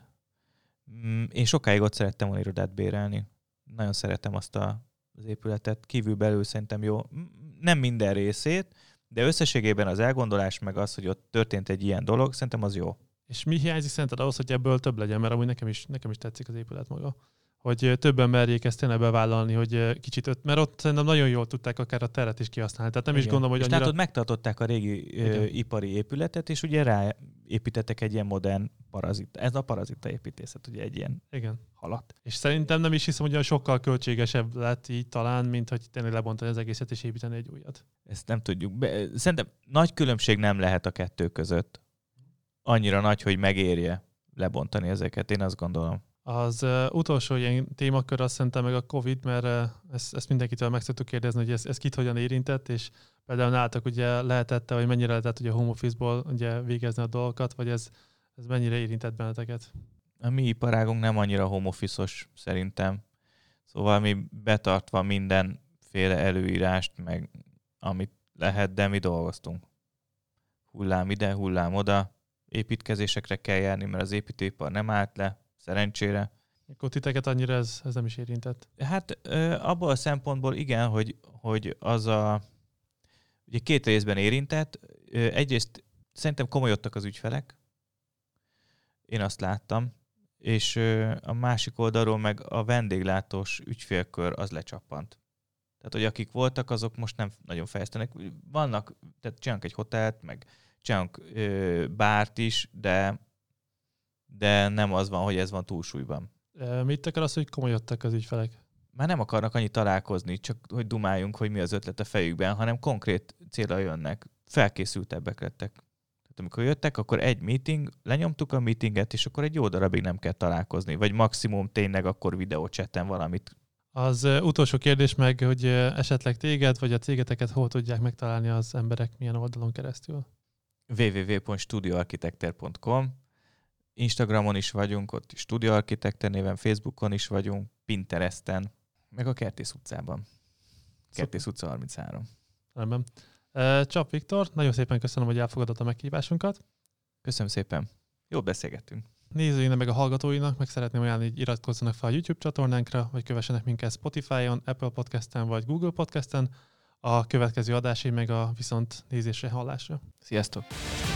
Én sokáig ott szerettem volna irodát bérelni. Nagyon szeretem azt a, az épületet. Kívül-belül szerintem jó. Nem minden részét, de összességében az elgondolás meg az, hogy ott történt egy ilyen dolog, szerintem az jó. És mi hiányzik szerinted ahhoz, hogy ebből több legyen? Mert amúgy nekem is, nekem is tetszik az épület maga. Hogy többen merjék ezt tényleg bevállalni, hogy kicsit, öt, mert ott szerintem nagyon jól tudták akár a teret is kihasználni. Tehát nem igen. is gondolom, hogy és annyira... látod, megtartották a régi ö, ipari épületet, és ugye ráépítettek egy ilyen modern parazita. Ez a parazita építészet, ugye egy ilyen igen. halat. És szerintem nem is hiszem, hogy olyan sokkal költségesebb lett így talán, mint hogy tényleg lebontani az egészet és építeni egy újat. Ezt nem tudjuk. Be, szerintem nagy különbség nem lehet a kettő között. Annyira nagy, hogy megérje lebontani ezeket, én azt gondolom. Az uh, utolsó ilyen témakör azt szerintem meg a Covid, mert uh, ezt, ezt mindenkitől meg szoktuk kérdezni, hogy ez, ez kit hogyan érintett, és például nálatok ugye lehetett, vagy mennyire lehetett ugye home office-ból ugye végezni a dolgokat, vagy ez, ez mennyire érintett benneteket? A mi iparágunk nem annyira home office-os szerintem. Szóval mi betartva mindenféle előírást, meg amit lehet, de mi dolgoztunk. Hullám ide, hullám oda, építkezésekre kell járni, mert az építőipar nem állt le, szerencsére. Akkor titeket annyira ez, ez nem is érintett. Hát abból a szempontból igen, hogy, hogy az a ugye két részben érintett. Egyrészt szerintem komolyodtak az ügyfelek. Én azt láttam. És a másik oldalról meg a vendéglátós ügyfélkör az lecsappant. Tehát, hogy akik voltak, azok most nem nagyon fejeztenek. Vannak, tehát csinálunk egy hotelt, meg csinálunk ö, bárt is, de, de nem az van, hogy ez van túlsúlyban. Mit akar az, hogy komolyodtak az ügyfelek? Már nem akarnak annyit találkozni, csak hogy dumáljunk, hogy mi az ötlet a fejükben, hanem konkrét célra jönnek. Felkészültebbek lettek. Tehát amikor jöttek, akkor egy meeting, lenyomtuk a meetinget, és akkor egy jó darabig nem kell találkozni. Vagy maximum tényleg akkor videóchatten valamit. Az utolsó kérdés meg, hogy esetleg téged, vagy a cégeteket hol tudják megtalálni az emberek, milyen oldalon keresztül? double-u double-u double-u pont studio architecter pont com Instagramon is vagyunk, ott is Studio Architecter néven, Facebookon is vagyunk, Pinteresten, meg a Kertész utcában. Kertész utca harminchárom. Rendben. Csap Viktor, nagyon szépen köszönöm, hogy elfogadott a meghívásunkat. Köszönöm szépen. Jól beszélgettünk. Nézőinek meg a hallgatóinak meg szeretném ajánlani, hogy iratkozzanak fel a YouTube csatornánkra, vagy kövessenek minket Spotify-on, Apple Podcasten vagy Google Podcasten. A következő adásig meg a viszont nézésre, hallásra. Sziasztok!